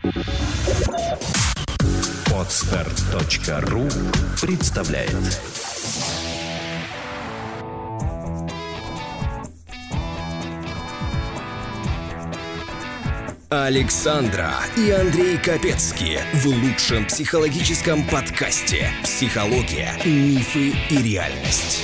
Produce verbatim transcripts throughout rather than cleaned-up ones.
Подстер точка ру представляет. Александра и Андрей Капецки в лучшем психологическом подкасте «Психология, мифы и реальность».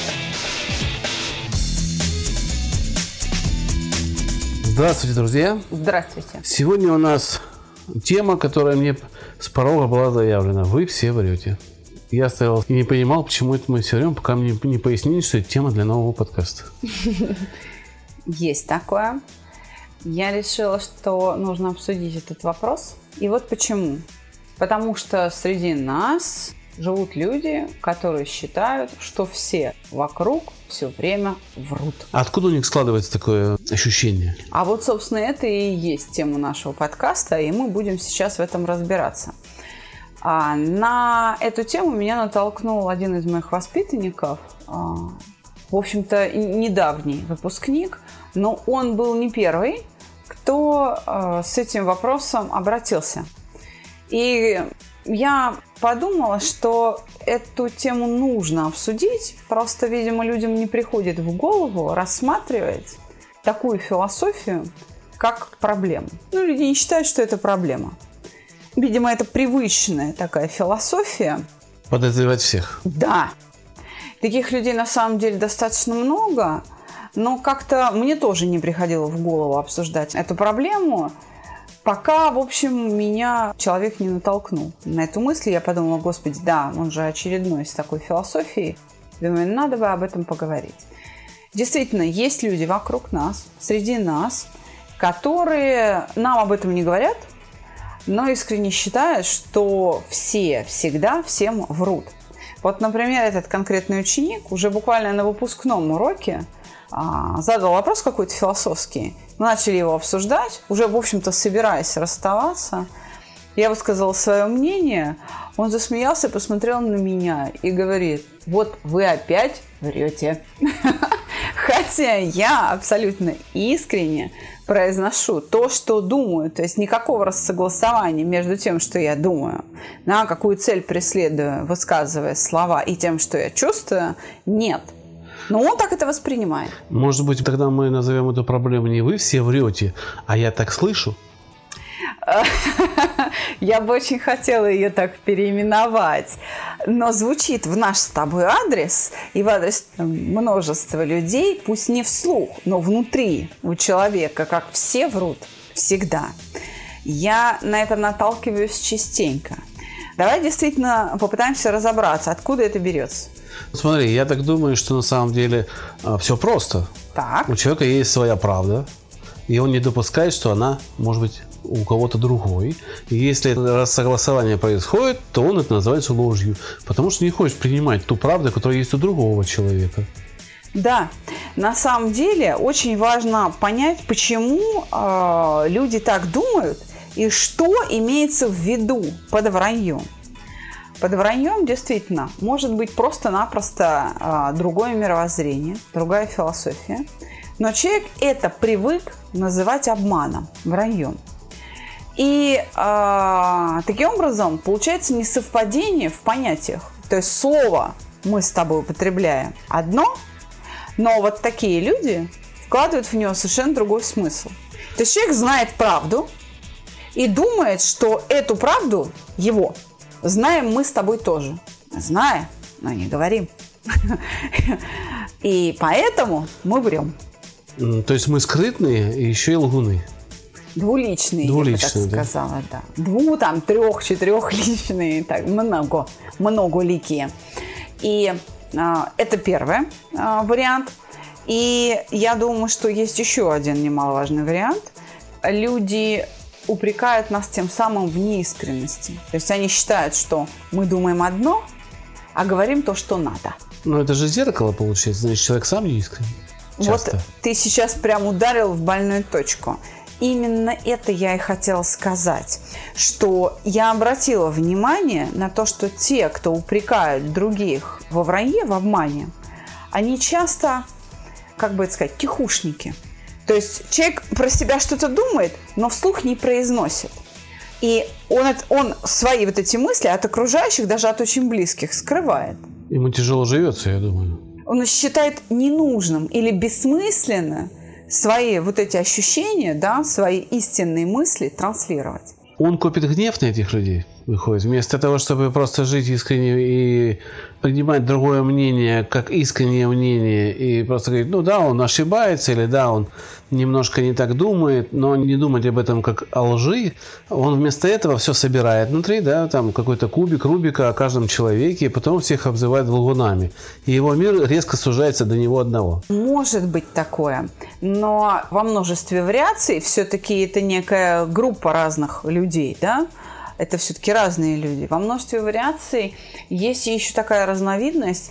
Здравствуйте, друзья. Здравствуйте. Сегодня у нас тема, которая мне с порога была заявлена. Вы все врете. Я стоял и не понимал, почему это мы все врем, пока мне не пояснили, что это тема для нового подкаста. Есть такое. Я решила, что нужно обсудить этот вопрос. И вот почему. Потому что среди нас живут люди, которые считают, что все вокруг все время врут. А откуда у них складывается такое ощущение? А вот, собственно, это и есть тема нашего подкаста, и мы будем сейчас в этом разбираться. А на эту тему меня натолкнул один из моих воспитанников, в общем-то, недавний выпускник, но он был не первый, кто э, с этим вопросом обратился. И я подумала, что эту тему нужно обсудить. Просто, видимо, людям не приходит в голову рассматривать такую философию, как проблему. Ну, люди не считают, что это проблема. Видимо, это привычная такая философия. Подозревать всех. Да. Таких людей на самом деле достаточно много. Но как-то мне тоже не приходило в голову обсуждать эту проблему, пока, в общем, меня человек не натолкнул на эту мысль. Я подумала, господи, да, он же очередной с такой философией. Думаю, надо бы об этом поговорить. Действительно, есть люди вокруг нас, среди нас, которые нам об этом не говорят, но искренне считают, что все всегда всем врут. Вот, например, этот конкретный ученик уже буквально на выпускном уроке задал вопрос какой-то философский. Мы начали его обсуждать, уже, в общем-то, собираясь расставаться. Я высказала свое мнение. Он засмеялся, посмотрел на меня и говорит: вот вы опять врете. Хотя я абсолютно искренне произношу то, что думаю. То есть никакого рассогласования между тем, что я думаю, на какую цель преследую, высказывая слова, и тем, что я чувствую, нет. Но он так это воспринимает. Может быть, тогда мы назовем эту проблему не «вы все врете», а «я так слышу»? Я бы очень хотела ее так переименовать. Но звучит в наш с тобой адрес и в адрес множества людей, пусть не вслух, но внутри у человека, как все врут всегда. Я на это наталкиваюсь частенько. Давай действительно попытаемся разобраться, откуда это берется. Смотри, я так думаю, что на самом деле а, все просто. Так. У человека есть своя правда, и он не допускает, что она может быть у кого-то другой. И если рассогласование происходит, то он это называется ложью, потому что не хочет принимать ту правду, которая есть у другого человека. Да, на самом деле очень важно понять, почему э, люди так думают и что имеется в виду под враньем. Под враньем действительно может быть просто-напросто а, другое мировоззрение, другая философия. Но человек это привык называть обманом, враньем. И а, таким образом получается несовпадение в понятиях. То есть слово мы с тобой употребляем одно, но вот такие люди вкладывают в него совершенно другой смысл. То есть человек знает правду и думает, что эту правду его знаем мы с тобой тоже. Знаем, но не говорим. И поэтому мы врем. То есть мы скрытные и еще и лгуны. Двуличные, Двуличные, я бы так сказала, да. Дву, там, трех, четырехличные, так, много, многоликие. И а, это первый а, вариант. И я думаю, что есть еще один немаловажный вариант. Люди упрекают нас тем самым в неискренности. То есть они считают, что мы думаем одно, а говорим то, что надо. Ну, это же зеркало получается, значит, человек сам неискренний. Часто. Вот ты сейчас прям ударил в больную точку. Именно это я и хотела сказать, что я обратила внимание на то, что те, кто упрекают других во вранье, в обмане, они часто, как бы это сказать, тихушники. То есть человек про себя что-то думает, но вслух не произносит. И он, он свои вот эти мысли от окружающих, даже от очень близких, скрывает. Ему тяжело живется, я думаю. Он считает ненужным или бессмысленно свои вот эти ощущения, да, свои истинные мысли транслировать. Он копит гнев на этих людей, выходит, вместо того, чтобы просто жить искренне и принимать другое мнение, как искреннее мнение, и просто говорить, ну да, он ошибается, или да, он немножко не так думает, но не думать об этом как о лжи. Он вместо этого все собирает внутри, да, там какой-то кубик Рубика о каждом человеке, и потом всех обзывает лгунами. И его мир резко сужается до него одного. Может быть такое, но во множестве вариаций все-таки это некая группа разных людей, да? Это все-таки разные люди. Во множестве вариаций есть еще такая разновидность,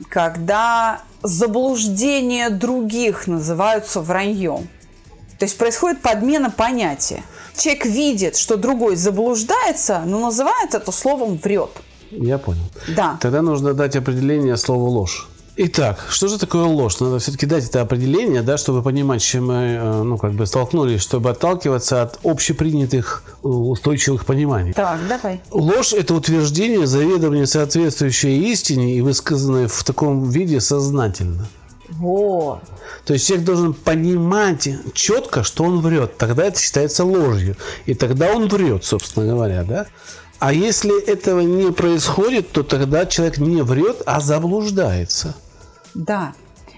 когда заблуждения других называются враньем. То есть происходит подмена понятия. Человек видит, что другой заблуждается, но называет это словом «врет». Я понял. Да. Тогда нужно дать определение слову «ложь». Итак, что же такое ложь? Надо все-таки дать это определение, да, чтобы понимать, с чем мы ну, как бы столкнулись, чтобы отталкиваться от общепринятых устойчивых пониманий. Так, давай. Ложь – это утверждение, заведомо не соответствующее истине и высказанное в таком виде сознательно. Вот. То есть человек должен понимать четко, что он врет. Тогда это считается ложью. И тогда он врет, собственно говоря, да? А если этого не происходит, то тогда человек не врет, а заблуждается. Да.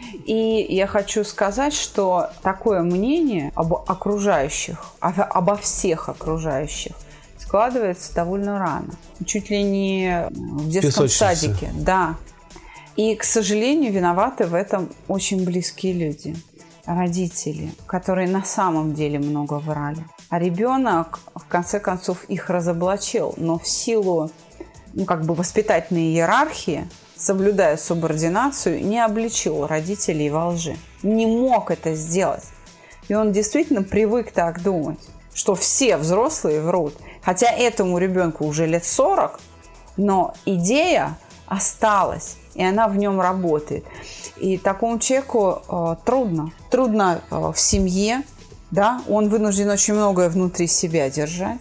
И я хочу сказать, что такое мнение об окружающих, обо всех окружающих складывается довольно рано. Чуть ли не в детском садике. Да. И, к сожалению, виноваты в этом очень близкие люди. Родители, которые на самом деле много врали. А ребенок, в конце концов, их разоблачил, но в силу ну, как бы воспитательной иерархии, соблюдая субординацию, не обличил родителей во лжи. Не мог это сделать. И он действительно привык так думать, что все взрослые врут. Хотя этому ребенку уже лет сорок, но идея осталась, и она в нем работает. И такому человеку э, трудно. Трудно э, в семье, да, он вынужден очень многое внутри себя держать.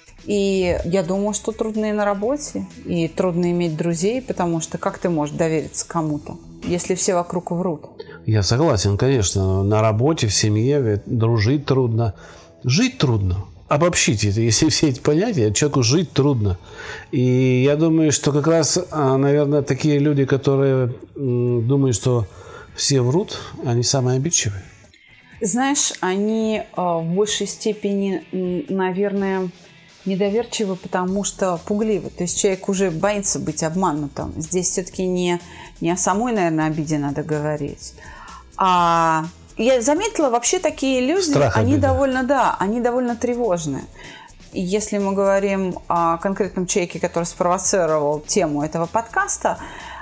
И я думаю, что трудно и на работе, и трудно иметь друзей, потому что как ты можешь довериться кому-то, если все вокруг врут? Я согласен, конечно. На работе, в семье дружить трудно. Жить трудно. Обобщите это, если все эти понятия, человеку жить трудно. И я думаю, что как раз, наверное, такие люди, которые думают, что все врут, они самые обидчивые. Знаешь, они в большей степени, наверное, недоверчивы, потому что пугливы. То есть человек уже боится быть обманутым. Здесь все-таки не, не о самой, наверное, обиде надо говорить, а... Я заметила, вообще такие люди, Страх они обида. довольно, да, они довольно тревожные. И если мы говорим о конкретном человеке, который спровоцировал тему этого подкаста,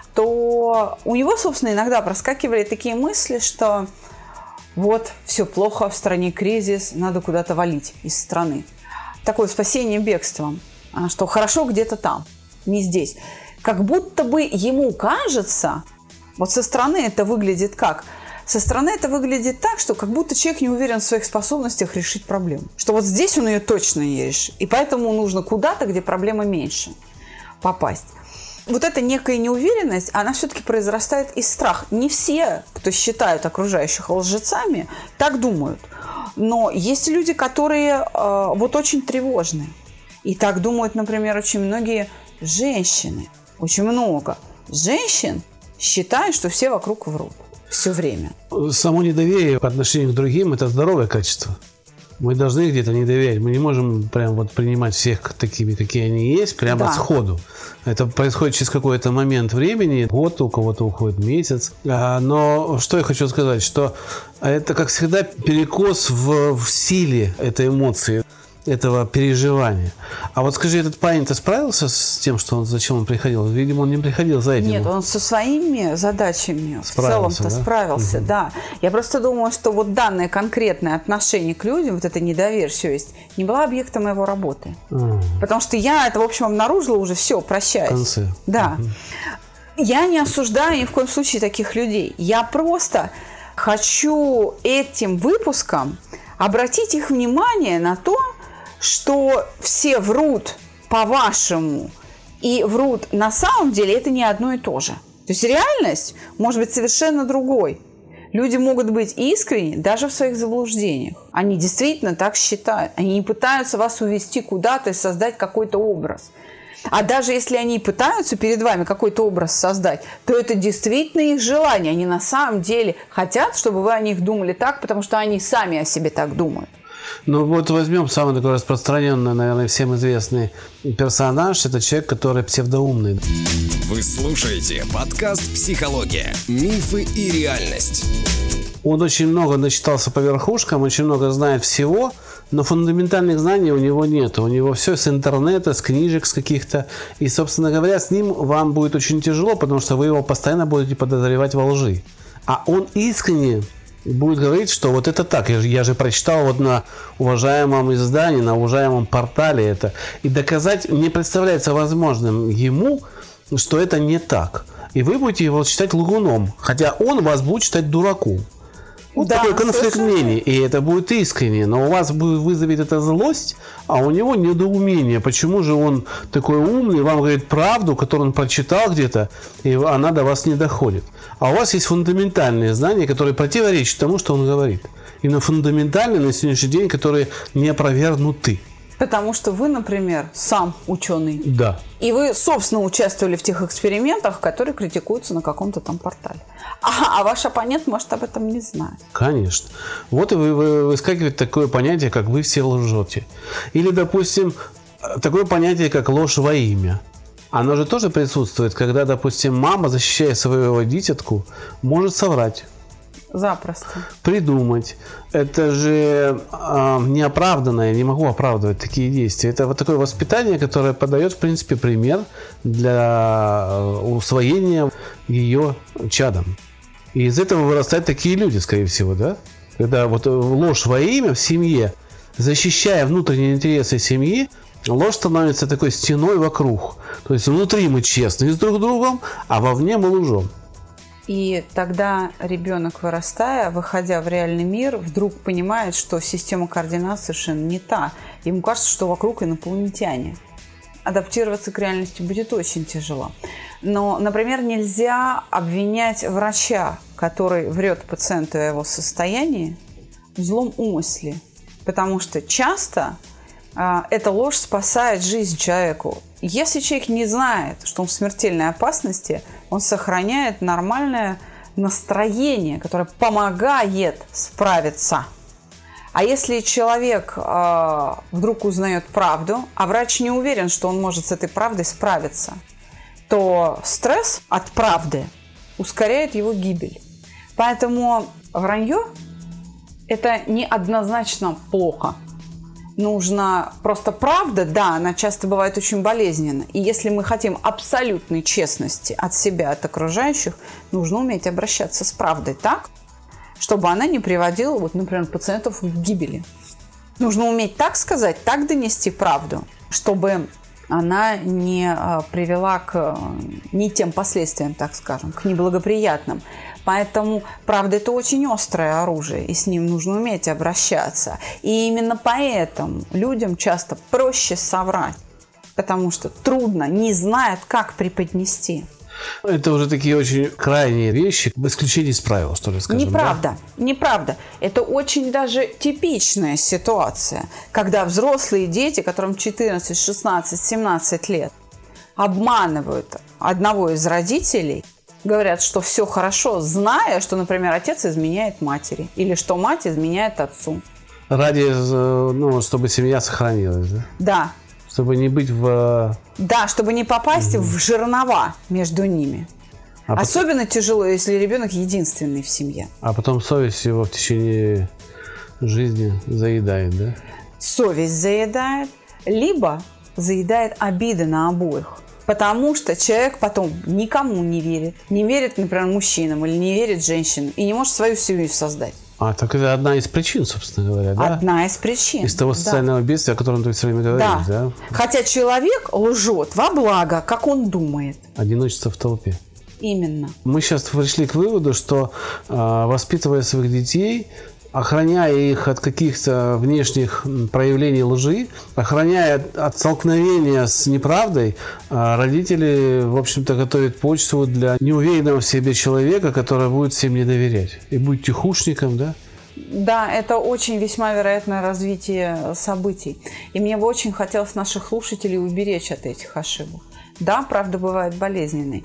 то у него, собственно, иногда проскакивали такие мысли, что вот, все плохо, в стране кризис, надо куда-то валить из страны. Такое спасение бегством, что хорошо где-то там, не здесь. Как будто бы ему кажется, вот со стороны это выглядит как... Со стороны это выглядит так, что как будто человек не уверен в своих способностях решить проблему. Что вот здесь он ее точно не решит. И поэтому нужно куда-то, где проблема меньше, попасть. Вот эта некая неуверенность, она все-таки произрастает из страха. Не все, кто считают окружающих лжецами, так думают. Но есть люди, которые э, вот очень тревожные. И так думают, например, очень многие женщины. Очень много женщин считают, что все вокруг врут. Все время. Само недоверие по отношению к другим – это здоровое качество. Мы должны где-то не доверять. Мы не можем прям вот принимать всех такими, какие они есть, прямо да. сходу. Это происходит через какой-то момент времени. Год, у кого-то уходит месяц. Но что я хочу сказать, что это, как всегда, перекос в, в силе этой эмоции, этого переживания. А вот скажи, этот парень-то справился с тем, что он, зачем он приходил? Видимо, он не приходил за этим. Нет, он со своими задачами справился, в целом-то да? справился, угу. да. Я просто думаю, что вот данное конкретное отношение к людям, вот эта недоверчивость, не была объектом его работы. А. Потому что я это, в общем, обнаружила уже, все, прощаюсь. В конце. Да. Угу. Я не осуждаю ни в коем случае таких людей. Я просто хочу этим выпуском обратить их внимание на то, что все врут по-вашему и врут на самом деле, это не одно и то же. То есть реальность может быть совершенно другой. Люди могут быть искренни даже в своих заблуждениях. Они действительно так считают. Они не пытаются вас увести куда-то и создать какой-то образ. А даже если они пытаются перед вами какой-то образ создать, то это действительно их желание. Они на самом деле хотят, чтобы вы о них думали так, потому что они сами о себе так думают. Ну вот возьмем самый такой распространенный, наверное, всем известный персонаж. Это человек, который псевдоумный. Вы слушаете подкаст «Психология. Мифы и реальность». Он очень много начитался по верхушкам, очень много знает всего, но фундаментальных знаний у него нет. У него все с интернета, с книжек с каких-то. И, собственно говоря, с ним вам будет очень тяжело, потому что вы его постоянно будете подозревать во лжи. А он искренне будет говорить, что вот это так. Я же, я же прочитал вот на уважаемом издании, на уважаемом портале это. И доказать не представляется возможным ему, что это не так. И вы будете его считать лгуном, хотя он вас будет считать дураком. Вот да, такой конфликт мнений, и это будет искренне, но у вас будет вызовет это злость, а у него недоумение, почему же он такой умный, вам говорит правду, которую он прочитал где-то, и она до вас не доходит. А у вас есть фундаментальные знания, которые противоречат тому, что он говорит. Именно фундаментальные на сегодняшний день, которые не опровергнуты. Потому что вы, например, сам ученый. Да. И вы, собственно, участвовали в тех экспериментах, которые критикуются на каком-то там портале. А, а ваш оппонент может об этом не знать. Конечно. Вот и вы, вы, выскакивает такое понятие, как вы все лжете. Или, допустим, такое понятие, как ложь во имя. Оно же тоже присутствует, когда, допустим, мама, защищая свою дитятку, может соврать. Запросто. Придумать. Это же э, неоправданное, я не могу оправдывать такие действия. Это вот такое воспитание, которое подает, в принципе, пример для усвоения ее чадом. И из этого вырастают такие люди, скорее всего, да? Когда вот ложь во имя в семье, защищая внутренние интересы семьи, ложь становится такой стеной вокруг. То есть внутри мы честны с друг другом, а вовне мы лжем. И тогда ребенок, вырастая, выходя в реальный мир, вдруг понимает, что система координат совершенно не та. Ему кажется, что вокруг инопланетяне. Адаптироваться к реальности будет очень тяжело. Но, например, нельзя обвинять врача, который врет пациенту о его состоянии, в злом умысле. Потому что часто э, эта ложь спасает жизнь человеку. Если человек не знает, что он в смертельной опасности, он сохраняет нормальное настроение, которое помогает справиться. А если человек э, вдруг узнает правду, а врач не уверен, что он может с этой правдой справиться, то стресс от правды ускоряет его гибель. Поэтому вранье – это неоднозначно плохо. Нужна просто правда, да, она часто бывает очень болезненна. И если мы хотим абсолютной честности от себя, от окружающих, нужно уметь обращаться с правдой так, чтобы она не приводила, вот, например, пациентов к гибели. Нужно уметь так сказать, так донести правду, чтобы она не привела к не тем последствиям, так скажем, к неблагоприятным. Поэтому правда – это очень острое оружие, и с ним нужно уметь обращаться. И именно поэтому людям часто проще соврать, потому что трудно, не знают, как преподнести. Это уже такие очень крайние вещи, в исключении из правил, что ли, скажем. Неправда, да? неправда. Это очень даже типичная ситуация, когда взрослые дети, которым четырнадцать, шестнадцать, семнадцать лет, обманывают одного из родителей, говорят, что все хорошо, зная, что, например, отец изменяет матери или что мать изменяет отцу. Ради, ну, чтобы семья сохранилась, да? Да. Чтобы не быть в... Да, чтобы не попасть mm-hmm. в жернова между ними. А Особенно потом... тяжело, если ребенок единственный в семье. А потом совесть его в течение жизни заедает, да? Совесть заедает, либо заедает обиды на обоих. Потому что человек потом никому не верит. Не верит, например, мужчинам или не верит женщинам. И не может свою семью создать. А, так это одна из причин, собственно говоря, да? Одна из причин. Из того социального да. бедствия, о котором ты все время говоришь, да. да? Хотя человек лжет во благо, как он думает. Одиночество в толпе. Именно. Мы сейчас пришли к выводу, что, воспитывая своих детей, охраняя их от каких-то внешних проявлений лжи, охраняя от столкновения с неправдой, родители, в общем-то, готовят почву для неуверенного в себе человека, который будет всем не доверять и будет тихушником, да? Да, это очень весьма вероятное развитие событий. И мне бы очень хотелось наших слушателей уберечь от этих ошибок. Да, правда бывает болезненной,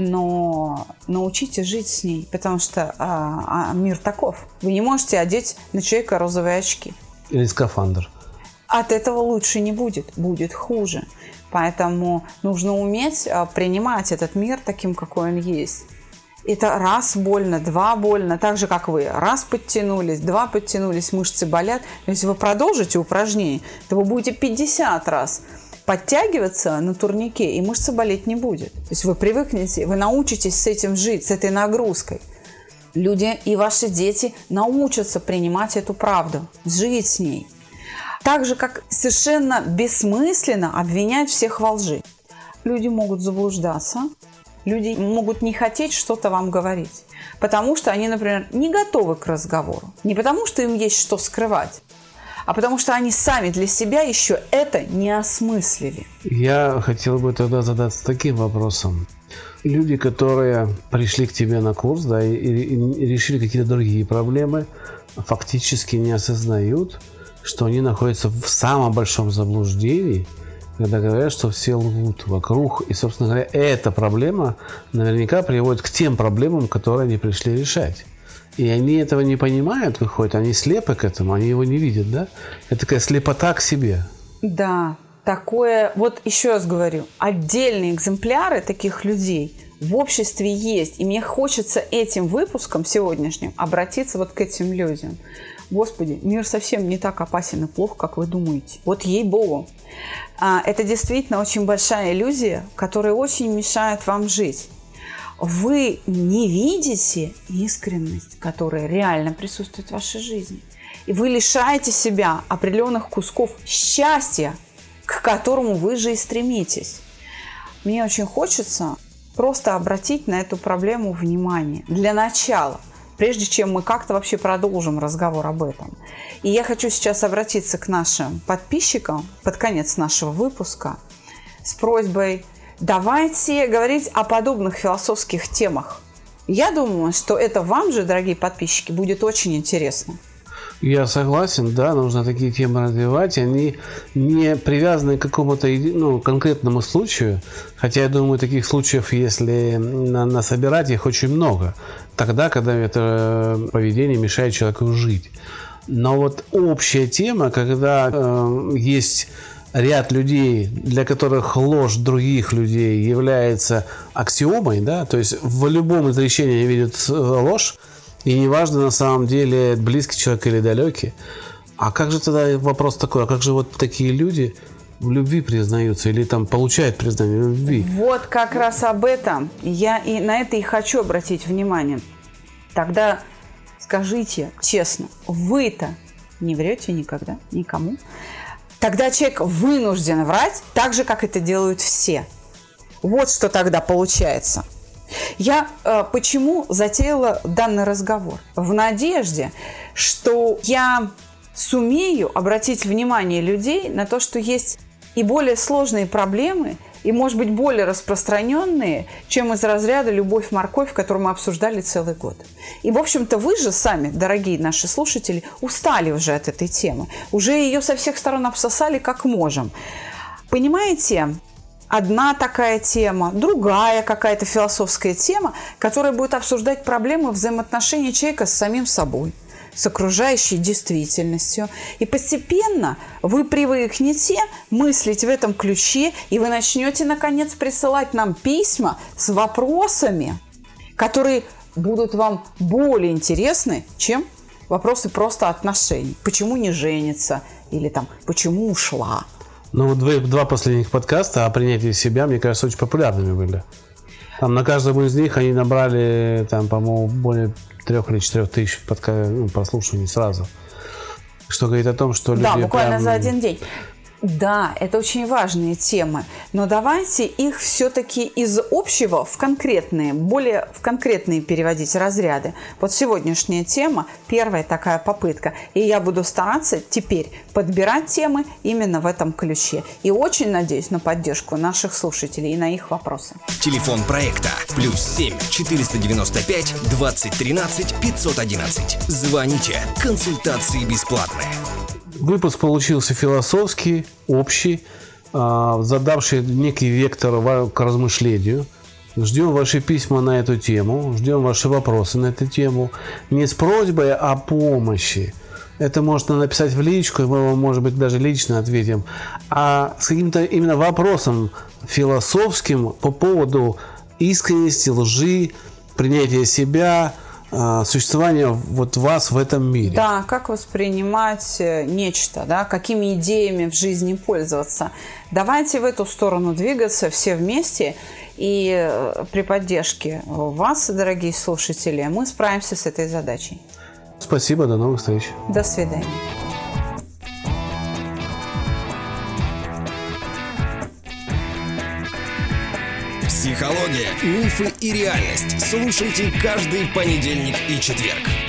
но научитесь жить с ней, потому что а, а мир таков. Вы не можете одеть на человека розовые очки. Или скафандр. От этого лучше не будет, будет хуже. Поэтому нужно уметь принимать этот мир таким, какой он есть. Это раз больно, два больно, так же, как вы. Раз подтянулись, два подтянулись, мышцы болят. Но если вы продолжите упражнение, то вы будете пятьдесят раз подтягиваться на турнике, и мышца болеть не будет. То есть вы привыкнете, вы научитесь с этим жить, с этой нагрузкой. Люди и ваши дети научатся принимать эту правду, жить с ней. Так же, как совершенно бессмысленно обвинять всех во лжи. Люди могут заблуждаться, люди могут не хотеть что-то вам говорить, потому что они, например, не готовы к разговору. Не потому, что им есть что скрывать, а потому что они сами для себя еще это не осмыслили. Я хотел бы тогда задаться таким вопросом. Люди, которые пришли к тебе на курс, да, и, и, и решили какие-то другие проблемы, фактически не осознают, что они находятся в самом большом заблуждении, когда говорят, что все лгут вокруг. И, собственно говоря, эта проблема наверняка приводит к тем проблемам, которые они пришли решать. И они этого не понимают, выходит, они слепы к этому, они его не видят, да? Это такая слепота к себе. Да, такое, вот еще раз говорю, отдельные экземпляры таких людей в обществе есть. И мне хочется этим выпуском сегодняшним обратиться вот к этим людям. Господи, мир совсем не так опасен и плох, как вы думаете. Вот ей-богу. Это действительно очень большая иллюзия, которая очень мешает вам жить. Вы не видите искренность, которая реально присутствует в вашей жизни. И вы лишаете себя определенных кусков счастья, к которому вы же и стремитесь. Мне очень хочется просто обратить на эту проблему внимание. Для начала, прежде чем мы как-то вообще продолжим разговор об этом. И я хочу сейчас обратиться к нашим подписчикам под конец нашего выпуска с просьбой: давайте говорить о подобных философских темах. Я думаю, что это вам же, дорогие подписчики, будет очень интересно. Я согласен, да, нужно такие темы развивать. Они не привязаны к какому-то, ну, конкретному случаю. Хотя, я думаю, таких случаев, если насобирать, их очень много. Тогда, когда это поведение мешает человеку жить. Но вот общая тема, когда э, есть ряд людей, для которых ложь других людей является аксиомой, да, то есть в любом изречении они видят ложь, и неважно на самом деле, близкий человек или далекий. А как же тогда вопрос такой, а как же вот такие люди в любви признаются или там получают признание в любви? Вот как раз об этом я и на это и хочу обратить внимание. Тогда скажите честно, вы-то не врете никогда, никому? Тогда человек вынужден врать так же, как это делают все. Вот что тогда получается. Я э, почему затеяла данный разговор? В надежде, что я сумею обратить внимание людей на то, что есть и более сложные проблемы, и, может быть, более распространенные, чем из разряда «любовь-морковь», которую мы обсуждали целый год. И, в общем-то, вы же сами, дорогие наши слушатели, устали уже от этой темы. Уже ее со всех сторон обсосали как можем. Понимаете, одна такая тема, другая какая-то философская тема, которая будет обсуждать проблемы взаимоотношений человека с самим собой, с окружающей действительностью. И постепенно вы привыкнете мыслить в этом ключе, и вы начнете, наконец, присылать нам письма с вопросами, которые будут вам более интересны, чем вопросы просто отношений. Почему не женится? Или там, почему ушла? Ну, вот два, два последних подкаста о принятии себя, мне кажется, очень популярными были. Там на каждом из них они набрали, там, по-моему, более трех или четырех тысяч подка... ну, прослушиваний сразу. Что говорит о том, что люди... Да, буквально прям... за один день. Да, это очень важные темы, но давайте их все-таки из общего в конкретные, более в конкретные переводить разряды. Вот сегодняшняя тема, первая такая попытка, и я буду стараться теперь подбирать темы именно в этом ключе. И очень надеюсь на поддержку наших слушателей и на их вопросы. Телефон проекта плюс семь четыреста девяносто пять двадцать тринадцать пятьсот одиннадцать. Звоните, консультации бесплатные. Выпуск получился философский, общий, задавший некий вектор к размышлению. Ждем ваши письма на эту тему, ждем ваши вопросы на эту тему. Не с просьбой о помощи. Это можно написать в личку, и мы вам, может быть, даже лично ответим. А с каким-то именно вопросом философским по поводу искренности, лжи, принятия себя, существования вот вас в этом мире. Да, как воспринимать нечто, да, какими идеями в жизни пользоваться. Давайте в эту сторону двигаться все вместе, и при поддержке вас, дорогие слушатели, мы справимся с этой задачей. Спасибо, до новых встреч. До свидания. Психология, мифы и реальность. Слушайте каждый понедельник и четверг.